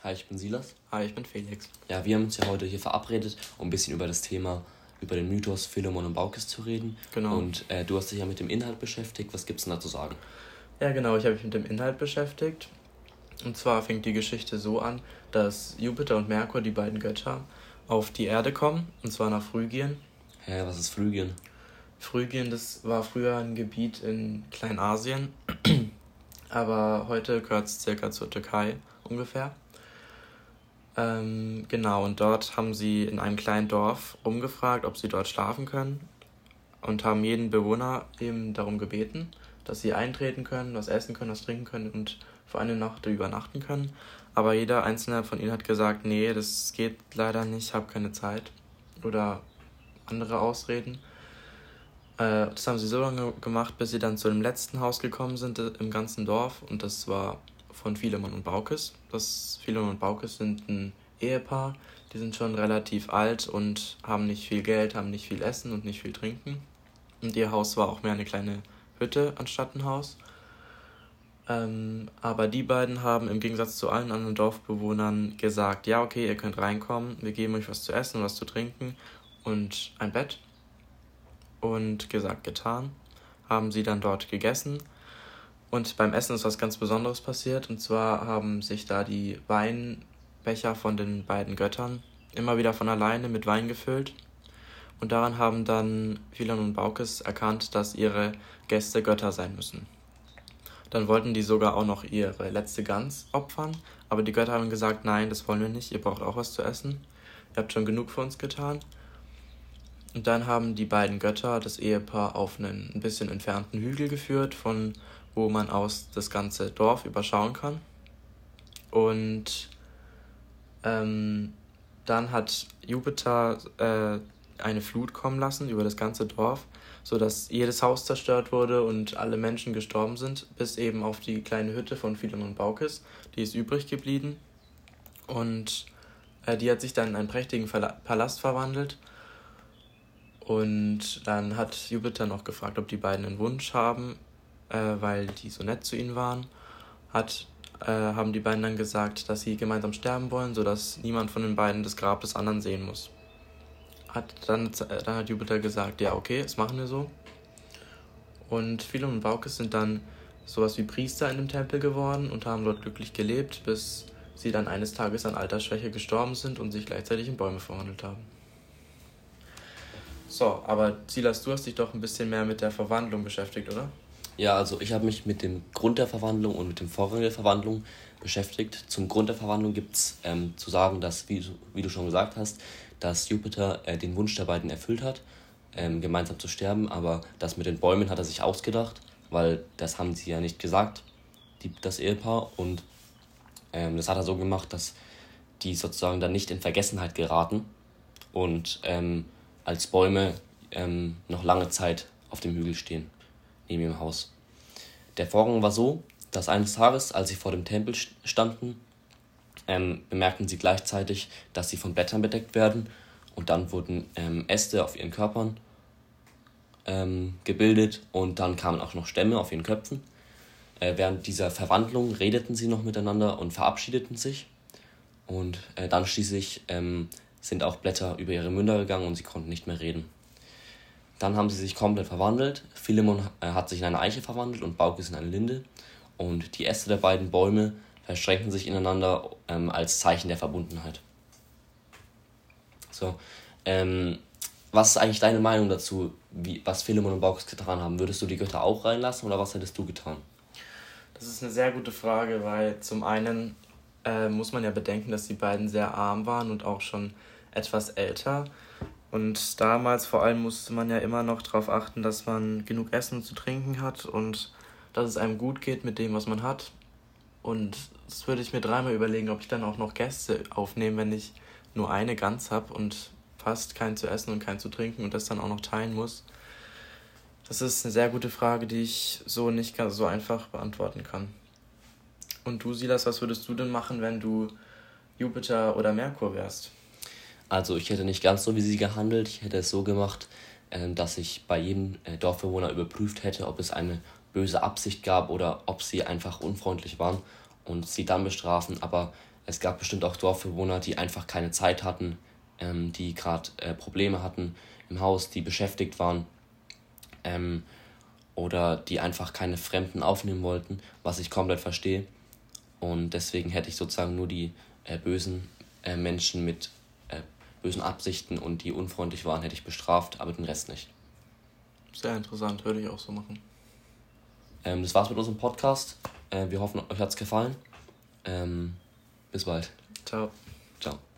Hi, ich bin Silas. Hi, ich bin Felix. Ja, wir haben uns ja heute hier verabredet, um ein bisschen über das Thema, über den Mythos Philemon und Baukis zu reden. Genau. Und du hast dich ja mit dem Inhalt beschäftigt. Was gibt's denn da zu sagen? Ja, genau, ich habe mich mit dem Inhalt beschäftigt. Und zwar fängt die Geschichte so an, dass Jupiter und Merkur, die beiden Götter, auf die Erde kommen, und zwar nach Phrygien. Was ist Phrygien? Phrygien, das war früher ein Gebiet in Kleinasien, aber heute gehört es circa zur Türkei ungefähr. Genau, und dort haben sie in einem kleinen Dorf umgefragt, ob sie dort schlafen können, und haben jeden Bewohner eben darum gebeten, dass sie eintreten können, was essen können, was trinken können und für eine Nacht übernachten können. Aber jeder einzelne von ihnen hat gesagt, nee, das geht leider nicht, ich habe keine Zeit oder andere Ausreden. Das haben sie so lange gemacht, bis sie dann zu dem letzten Haus gekommen sind im ganzen Dorf, und das war von Philemon und Baukis. Philemon und Baukis sind ein Ehepaar, die sind schon relativ alt und haben nicht viel Geld, haben nicht viel Essen und nicht viel Trinken. Und ihr Haus war auch mehr eine kleine Hütte anstatt ein Haus. Aber die beiden haben im Gegensatz zu allen anderen Dorfbewohnern gesagt, ja okay, ihr könnt reinkommen, wir geben euch was zu essen, was zu trinken und ein Bett. Und gesagt, getan, haben sie dann dort gegessen. Und beim Essen ist was ganz Besonderes passiert, und zwar haben sich da die Weinbecher von den beiden Göttern immer wieder von alleine mit Wein gefüllt. Und daran haben dann Philemon und Baukis erkannt, dass ihre Gäste Götter sein müssen. Dann wollten die sogar auch noch ihre letzte Gans opfern, aber die Götter haben gesagt, nein, das wollen wir nicht, ihr braucht auch was zu essen. Ihr habt schon genug für uns getan. Und dann haben die beiden Götter das Ehepaar auf einen ein bisschen entfernten Hügel geführt, von wo man aus das ganze Dorf überschauen kann. Und dann hat Jupiter eine Flut kommen lassen über das ganze Dorf, sodass jedes Haus zerstört wurde und alle Menschen gestorben sind, bis eben auf die kleine Hütte von Philemon und Baukis, die ist übrig geblieben. Und die hat sich dann in einen prächtigen Palast verwandelt. Und dann hat Jupiter noch gefragt, ob die beiden einen Wunsch haben, weil die so nett zu ihnen waren. Haben die beiden dann gesagt, dass sie gemeinsam sterben wollen, sodass niemand von den beiden das Grab des anderen sehen muss. Dann hat Jupiter gesagt, ja okay, das machen wir so. Und Philemon und Baukis sind dann sowas wie Priester in dem Tempel geworden und haben dort glücklich gelebt, bis sie dann eines Tages an Altersschwäche gestorben sind und sich gleichzeitig in Bäume verwandelt haben. So, aber Silas, du hast dich doch ein bisschen mehr mit der Verwandlung beschäftigt, oder? Ja, also ich habe mich mit dem Grund der Verwandlung und mit dem Vorgang der Verwandlung beschäftigt. Zum Grund der Verwandlung gibt es zu sagen, dass, wie du schon gesagt hast, dass Jupiter den Wunsch der beiden erfüllt hat, gemeinsam zu sterben, aber das mit den Bäumen hat er sich ausgedacht, weil das haben sie ja nicht gesagt, das Ehepaar, und das hat er so gemacht, dass die sozusagen dann nicht in Vergessenheit geraten und als Bäume noch lange Zeit auf dem Hügel stehen, neben ihrem Haus. Der Vorgang war so, dass eines Tages, als sie vor dem Tempel standen, bemerkten sie gleichzeitig, dass sie von Blättern bedeckt werden, und dann wurden Äste auf ihren Körpern gebildet, und dann kamen auch noch Stämme auf ihren Köpfen. Während dieser Verwandlung redeten sie noch miteinander und verabschiedeten sich, und dann schließlich sind auch Blätter über ihre Münder gegangen und sie konnten nicht mehr reden. Dann haben sie sich komplett verwandelt. Philemon hat sich in eine Eiche verwandelt und Baukis in eine Linde. Und die Äste der beiden Bäume verschränken sich ineinander als Zeichen der Verbundenheit. So, was ist eigentlich deine Meinung dazu, was Philemon und Baukis getan haben? Würdest du die Götter auch reinlassen, oder was hättest du getan? Das ist eine sehr gute Frage, weil zum einen muss man ja bedenken, dass die beiden sehr arm waren und auch schon etwas älter. Und damals vor allem musste man ja immer noch darauf achten, dass man genug Essen zu trinken hat und dass es einem gut geht mit dem, was man hat. Und das würde ich mir dreimal überlegen, ob ich dann auch noch Gäste aufnehme, wenn ich nur eine Gans habe und fast kein zu essen und kein zu trinken und das dann auch noch teilen muss. Das ist eine sehr gute Frage, die ich so nicht ganz so einfach beantworten kann. Und du, Silas, was würdest du denn machen, wenn du Jupiter oder Merkur wärst? Also ich hätte nicht ganz so wie sie gehandelt. Ich hätte es so gemacht, dass ich bei jedem Dorfbewohner überprüft hätte, ob es eine böse Absicht gab oder ob sie einfach unfreundlich waren und sie dann bestrafen. Aber Es gab bestimmt auch Dorfbewohner, die einfach keine Zeit hatten, die gerade Probleme hatten im Haus, die beschäftigt waren oder die einfach keine Fremden aufnehmen wollten, was ich komplett verstehe. Und deswegen hätte ich sozusagen nur die bösen Menschen mit bösen Absichten und die unfreundlich waren, hätte ich bestraft, aber den Rest nicht. Sehr interessant, würde ich auch so machen. Das war's mit unserem Podcast. Wir hoffen, euch hat's gefallen. Bis bald. Ciao. Ciao.